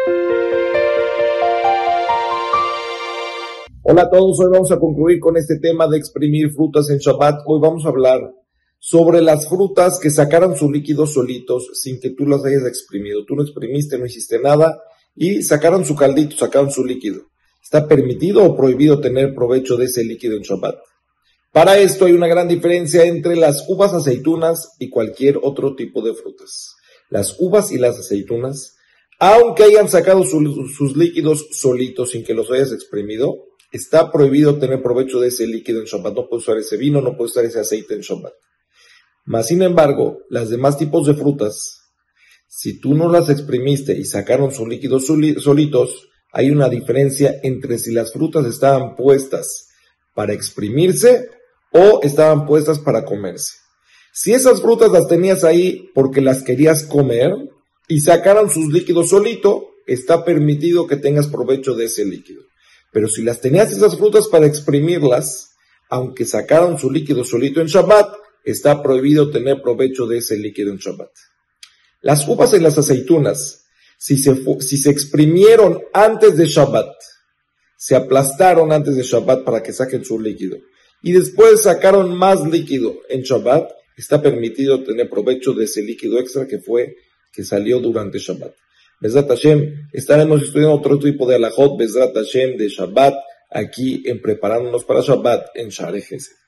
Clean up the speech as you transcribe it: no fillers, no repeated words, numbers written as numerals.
Hola a todos, hoy vamos a concluir con este tema de exprimir frutas en Shabbat. Hoy vamos a hablar sobre las frutas que sacaron su líquido solitos sin que tú las hayas exprimido. Tú no exprimiste, no hiciste nada y sacaron su caldito, sacaron su líquido. ¿Está permitido o prohibido tener provecho de ese líquido en Shabbat? Para esto hay una gran diferencia entre las uvas, aceitunas y cualquier otro tipo de frutas. Las uvas y las aceitunas, aunque hayan sacado sus líquidos solitos sin que los hayas exprimido, está prohibido tener provecho de ese líquido en Shabbat. No puedes usar ese vino, no puedes usar ese aceite en Shabbat. Mas, sin embargo, las demás tipos de frutas, si tú no las exprimiste y sacaron sus líquidos solitos, hay una diferencia entre si las frutas estaban puestas para exprimirse o estaban puestas para comerse. Si esas frutas las tenías ahí porque las querías comer y sacaron sus líquidos solito, está permitido que tengas provecho de ese líquido. Pero si las tenías esas frutas para exprimirlas, aunque sacaron su líquido solito en Shabbat, está prohibido tener provecho de ese líquido en Shabbat. Las uvas y las aceitunas, si se exprimieron antes de Shabbat, se aplastaron antes de Shabbat para que saquen su líquido, y después sacaron más líquido en Shabbat, está permitido tener provecho de ese líquido extra que salió durante Shabbat. Bezrat Hashem, estaremos estudiando otro tipo de alajot, Bezrat Hashem, de Shabbat, aquí en Preparándonos para Shabbat en Shaare Chesed.